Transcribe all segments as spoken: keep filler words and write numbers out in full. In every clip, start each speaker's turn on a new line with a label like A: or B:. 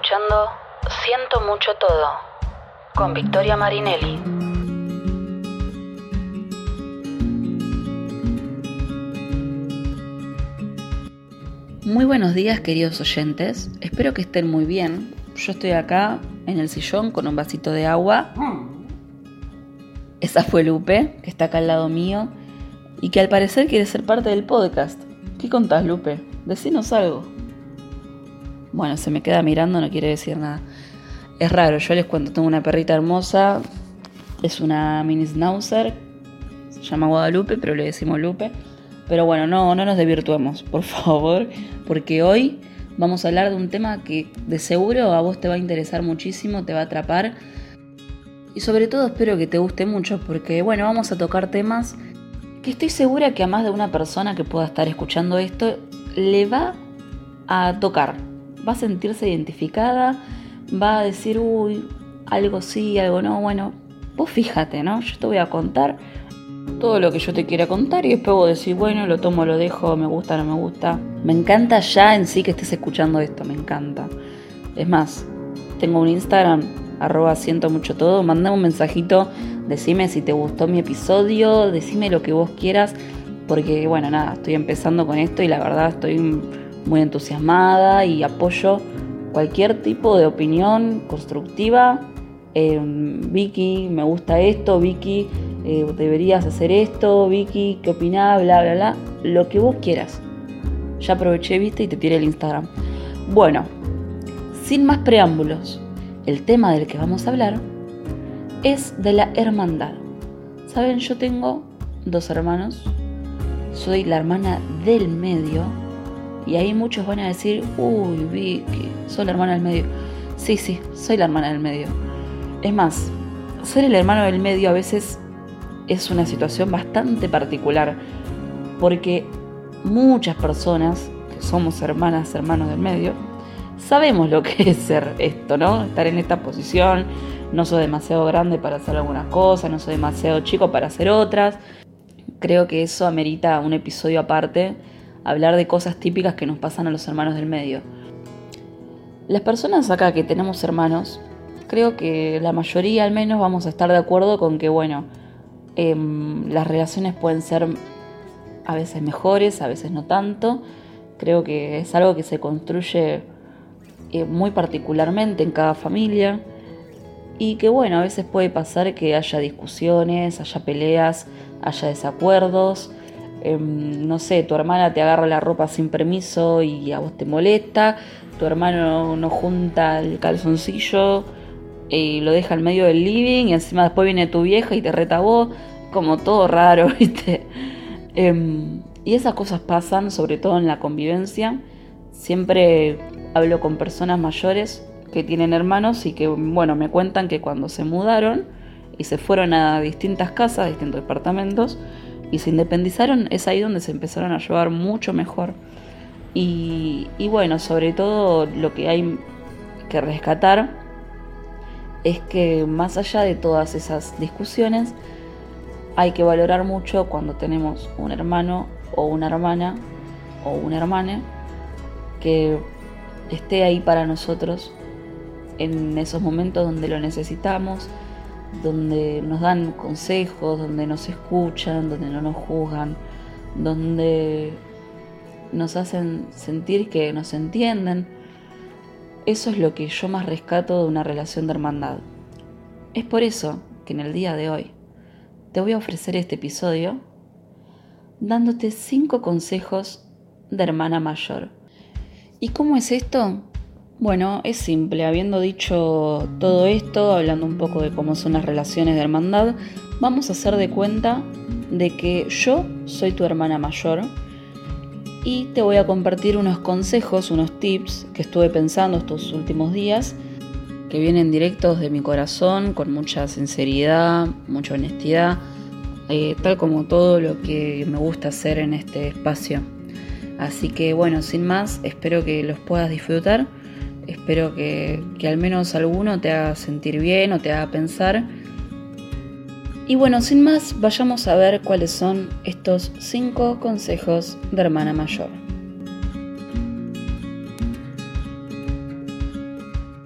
A: escuchando Siento Mucho Todo, con Victoria Marinelli. Muy buenos días, queridos oyentes. Espero que estén muy bien. Yo estoy acá en el sillón con un vasito de agua. Esa fue Lupe, que está acá al lado mío y que al parecer quiere ser parte del podcast. ¿Qué contás, Lupe? Decinos algo. Bueno, se me queda mirando, no quiere decir nada. Es raro, yo les cuento, tengo una perrita hermosa. Es una mini schnauzer. Se llama Guadalupe, pero le decimos Lupe. Pero bueno, no, no nos desvirtuemos, por favor, porque hoy vamos a hablar de un tema que de seguro a vos te va a interesar muchísimo, te va a atrapar. Y sobre todo espero que te guste mucho, porque bueno, vamos a tocar temas que estoy segura que a más de una persona que pueda estar escuchando esto le va a tocar. Va a sentirse identificada, va a decir, uy, algo sí, algo no. Bueno, vos fíjate, ¿no? Yo te voy a contar todo lo que yo te quiera contar y después vos decís, bueno, lo tomo, lo dejo, me gusta, no me gusta. Me encanta ya en sí que estés escuchando esto, me encanta. Es más, tengo un Instagram, arroba siento mucho todo, mandame un mensajito, decime si te gustó mi episodio, decime lo que vos quieras, porque bueno, nada, estoy empezando con esto y la verdad estoy muy entusiasmada y apoyo cualquier tipo de opinión constructiva. Eh, Vicky, me gusta esto, Vicky, eh, deberías hacer esto, Vicky, ¿qué opinás? Bla, bla, bla, lo que vos quieras. Ya aproveché, viste, y te tiré el Instagram. Bueno, sin más preámbulos, el tema del que vamos a hablar es de la hermandad. Saben, yo tengo dos hermanos, soy la hermana del medio, y ahí muchos van a decir, uy, Vicky, soy la hermana del medio. Sí, sí, soy la hermana del medio. Es más, ser el hermano del medio a veces es una situación bastante particular, porque muchas personas que somos hermanas, hermanos del medio, sabemos lo que es ser esto, ¿no? Estar en esta posición, no soy demasiado grande para hacer algunas cosas, no soy demasiado chico para hacer otras. Creo que eso amerita un episodio aparte, hablar de cosas típicas que nos pasan a los hermanos del medio. Las personas acá que tenemos hermanos, creo que la mayoría al menos vamos a estar de acuerdo con que, bueno, eh, las relaciones pueden ser a veces mejores, a veces no tanto. Creo que es algo que se construye eh, muy particularmente en cada familia y que, bueno, a veces puede pasar que haya discusiones, haya peleas, haya desacuerdos. Eh, no sé, tu hermana te agarra la ropa sin permiso y a vos te molesta, tu hermano no junta el calzoncillo y lo deja en medio del living y encima después viene tu vieja y te reta a vos, como todo raro, ¿viste? Eh, y esas cosas pasan, sobre todo en la convivencia. Siempre hablo con personas mayores que tienen hermanos y que, bueno, me cuentan que cuando se mudaron y se fueron a distintas casas, a distintos departamentos, y se independizaron, es ahí donde se empezaron a llevar mucho mejor. Y, y bueno, sobre todo lo que hay que rescatar es que más allá de todas esas discusiones, hay que valorar mucho cuando tenemos un hermano o una hermana o una hermana que esté ahí para nosotros en esos momentos donde lo necesitamos, donde nos dan consejos, donde nos escuchan, donde no nos juzgan, donde nos hacen sentir que nos entienden. Eso es lo que yo más rescato de una relación de hermandad. Es por eso que en el día de hoy te voy a ofrecer este episodio dándote cinco consejos de hermana mayor. ¿Y cómo es esto? Bueno, es simple. Habiendo dicho todo esto, hablando un poco de cómo son las relaciones de hermandad, vamos a hacer de cuenta de que yo soy tu hermana mayor y te voy a compartir unos consejos, unos tips que estuve pensando estos últimos días, que vienen directos de mi corazón, con mucha sinceridad, mucha honestidad, eh, tal como todo lo que me gusta hacer en este espacio. Así que bueno, sin más, espero que los puedas disfrutar. Espero que, que al menos alguno te haga sentir bien o te haga pensar. Y bueno, sin más, vayamos a ver cuáles son estos cinco consejos de hermana mayor.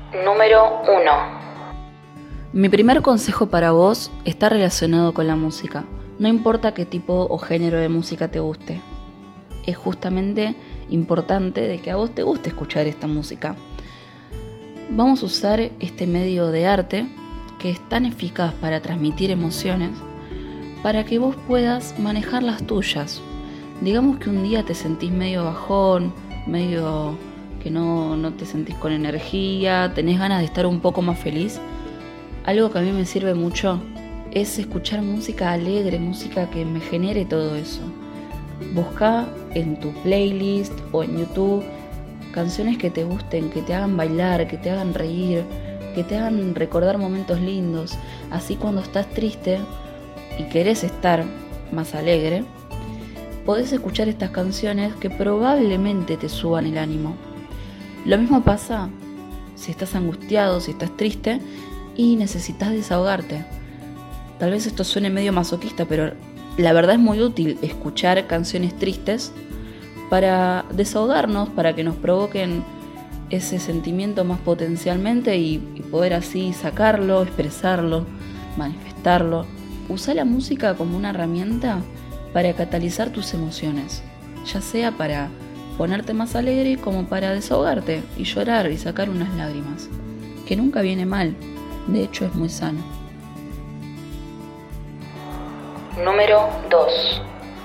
A: Número uno. Mi primer consejo para vos está relacionado con la música. No importa qué tipo o género de música te guste. Es justamente importante de que a vos te guste escuchar esta música. Vamos a usar este medio de arte que es tan eficaz para transmitir emociones para que vos puedas manejar las tuyas. Digamos que un día te sentís medio bajón, medio que no, no te sentís con energía, tenés ganas de estar un poco más feliz. Algo que a mí me sirve mucho es escuchar música alegre, música que me genere todo eso. Busca en tu playlist o en YouTube canciones que te gusten, que te hagan bailar, que te hagan reír, que te hagan recordar momentos lindos. Así cuando estás triste y querés estar más alegre, podés escuchar estas canciones que probablemente te suban el ánimo. Lo mismo pasa si estás angustiado, si estás triste y necesitas desahogarte. Tal vez esto suene medio masoquista, pero la verdad es muy útil escuchar canciones tristes para desahogarnos, para que nos provoquen ese sentimiento más potencialmente y, y poder así sacarlo, expresarlo, manifestarlo. Usa la música como una herramienta para catalizar tus emociones, ya sea para ponerte más alegre como para desahogarte y llorar y sacar unas lágrimas, que nunca viene mal, de hecho es muy sano. Número dos.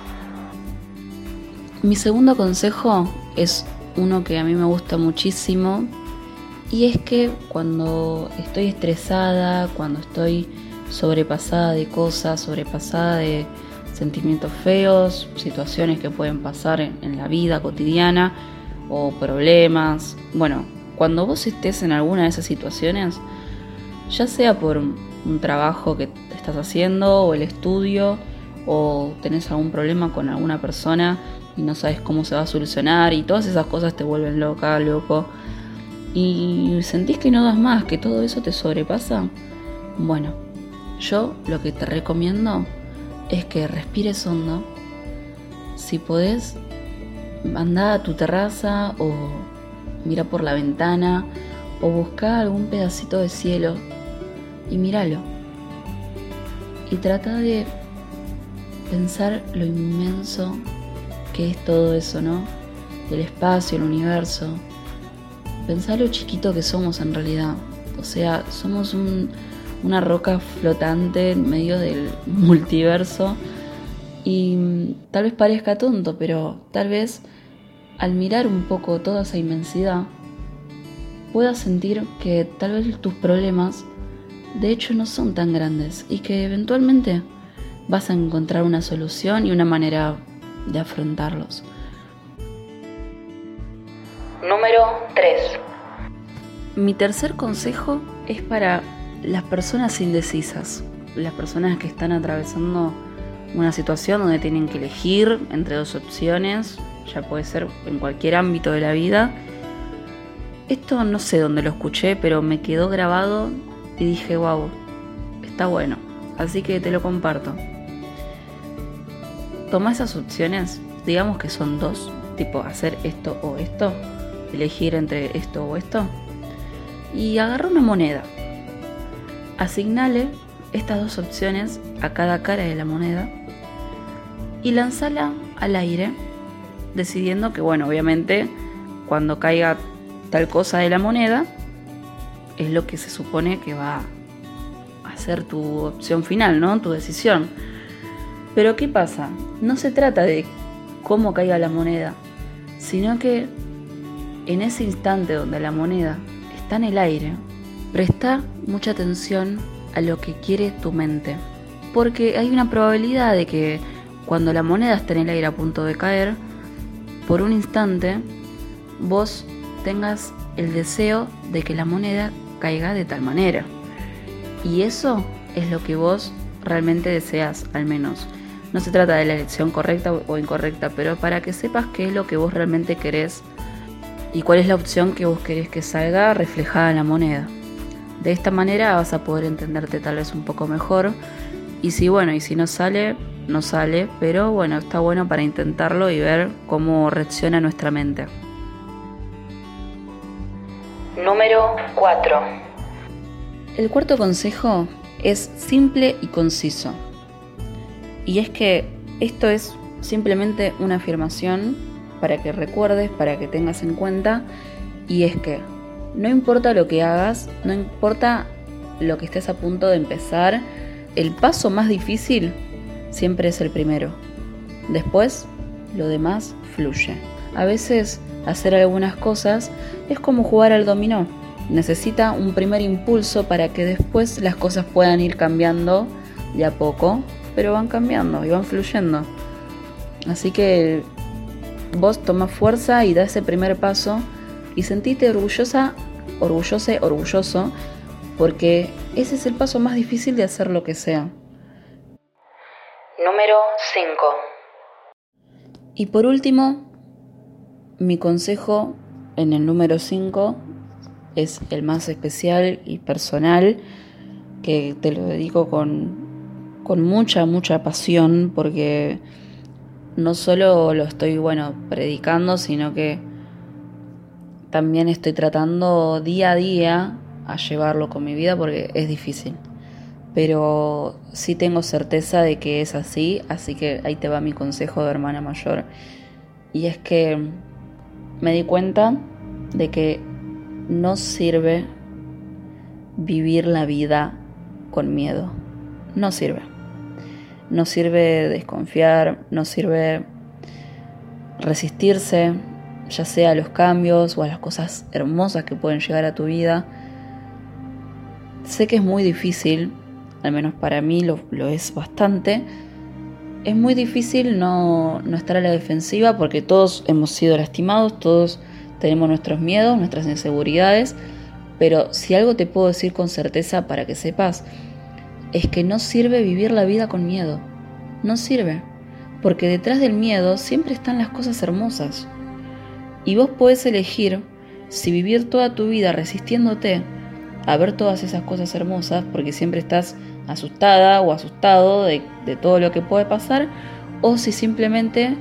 A: Mi segundo consejo es uno que a mí me gusta muchísimo y es que cuando estoy estresada, cuando estoy sobrepasada de cosas, sobrepasada de sentimientos feos, situaciones que pueden pasar en, en la vida cotidiana o problemas. Bueno, cuando vos estés en alguna de esas situaciones, ya sea por un, un trabajo que estás haciendo o el estudio o tenés algún problema con alguna persona y no sabes cómo se va a solucionar y todas esas cosas te vuelven loca, loco y sentís que no das más, que todo eso te sobrepasa, bueno, yo lo que te recomiendo es que respires hondo. Si podés, andá a tu terraza o mira por la ventana o buscá algún pedacito de cielo y míralo. Y trata de pensar lo inmenso que es todo eso, ¿no? El espacio, el universo. Pensá lo chiquito que somos en realidad. O sea, somos un... una roca flotante en medio del multiverso y tal vez parezca tonto, pero tal vez al mirar un poco toda esa inmensidad puedas sentir que tal vez tus problemas de hecho no son tan grandes y que eventualmente vas a encontrar una solución y una manera de afrontarlos. Número tres. Mi tercer consejo es para las personas indecisas, las personas que están atravesando una situación donde tienen que elegir entre dos opciones, ya puede ser en cualquier ámbito de la vida. Esto no sé dónde lo escuché, pero me quedó grabado y dije, wow, está bueno, así que te lo comparto. Toma esas opciones, digamos que son dos, tipo hacer esto o esto, elegir entre esto o esto, y agarra una moneda. Asignale estas dos opciones a cada cara de la moneda y lanzala al aire, decidiendo que, bueno, obviamente, cuando caiga tal cosa de la moneda, es lo que se supone que va a ser tu opción final, ¿no? Tu decisión. Pero ¿qué pasa? No se trata de cómo caiga la moneda, sino que en ese instante donde la moneda está en el aire, presta mucha atención a lo que quiere tu mente, porque hay una probabilidad de que cuando la moneda esté en el aire a punto de caer, por un instante vos tengas el deseo de que la moneda caiga de tal manera. Y eso es lo que vos realmente deseas, al menos. No se trata de la elección correcta o incorrecta, pero para que sepas qué es lo que vos realmente querés y cuál es la opción que vos querés que salga reflejada en la moneda. De esta manera vas a poder entenderte tal vez un poco mejor. Y si bueno, y si no sale, no sale, pero bueno, está bueno para intentarlo y ver cómo reacciona nuestra mente. Número cuatro. El cuarto consejo es simple y conciso. Y es que esto es simplemente una afirmación para que recuerdes, para que tengas en cuenta. Y es que no importa lo que hagas, no importa lo que estés a punto de empezar, el paso más difícil siempre es el primero. Después, lo demás fluye. A veces hacer algunas cosas es como jugar al dominó. Necesita un primer impulso para que después las cosas puedan ir cambiando de a poco, pero van cambiando y van fluyendo. Así que vos tomá fuerza y da ese primer paso y sentite orgullosa, orgullosa, orgulloso, porque ese es el paso más difícil de hacer lo que sea. Número cinco. Y por último, mi consejo en el número cinco es el más especial y personal, que te lo dedico con, con mucha, mucha pasión, porque no solo lo estoy, bueno, predicando, sino que también estoy tratando día a día a llevarlo con mi vida, porque es difícil. Pero sí tengo certeza de que es así, así que ahí te va mi consejo de hermana mayor. Y es que me di cuenta de que no sirve vivir la vida con miedo. No sirve. No sirve desconfiar, no sirve resistirse, ya sea a los cambios o a las cosas hermosas que pueden llegar a tu vida. Sé que es muy difícil, al menos para mí lo, lo es bastante. Es muy difícil no, no estar a la defensiva, porque todos hemos sido lastimados, todos tenemos nuestros miedos, nuestras inseguridades, pero si algo te puedo decir con certeza para que sepas, es que no sirve vivir la vida con miedo. No sirve, porque detrás del miedo siempre están las cosas hermosas. Y vos podés elegir si vivir toda tu vida resistiéndote a ver todas esas cosas hermosas, porque siempre estás asustada o asustado de, de todo lo que puede pasar, o si simplemente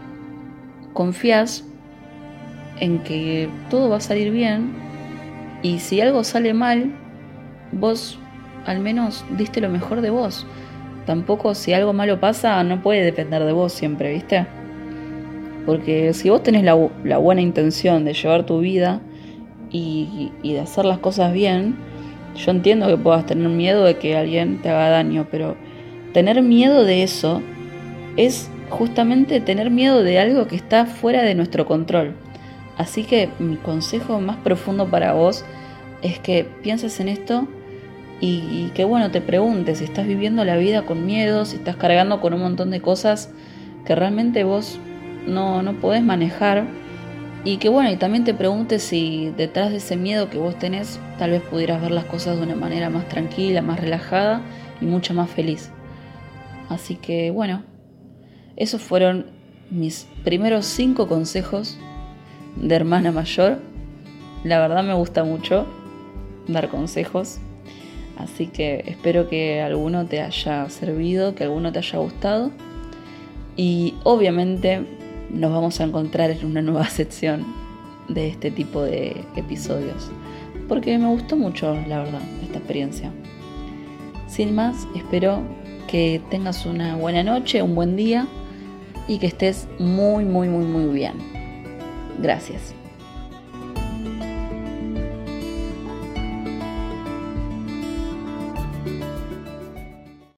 A: confías en que todo va a salir bien, y si algo sale mal, vos al menos diste lo mejor de vos. Tampoco, si algo malo pasa, no puede depender de vos siempre, ¿viste? Porque si vos tenés la, la buena intención de llevar tu vida y, y de hacer las cosas bien, yo entiendo que puedas tener miedo de que alguien te haga daño, pero tener miedo de eso es justamente tener miedo de algo que está fuera de nuestro control. Así que mi consejo más profundo para vos es que pienses en esto y, y que bueno, te preguntes si estás viviendo la vida con miedo, si estás cargando con un montón de cosas que realmente vos no, no podés manejar. Y que bueno, y también te preguntes si detrás de ese miedo que vos tenés, tal vez pudieras ver las cosas de una manera más tranquila, más relajada y mucho más feliz. Así que bueno, esos fueron mis primeros cinco consejos de hermana mayor. La verdad me gusta mucho dar consejos, así que espero que alguno te haya servido, que alguno te haya gustado. Y obviamente nos vamos a encontrar en una nueva sección de este tipo de episodios, porque me gustó mucho, la verdad, esta experiencia. Sin más, espero que tengas una buena noche, un buen día y que estés muy, muy, muy, muy bien. Gracias.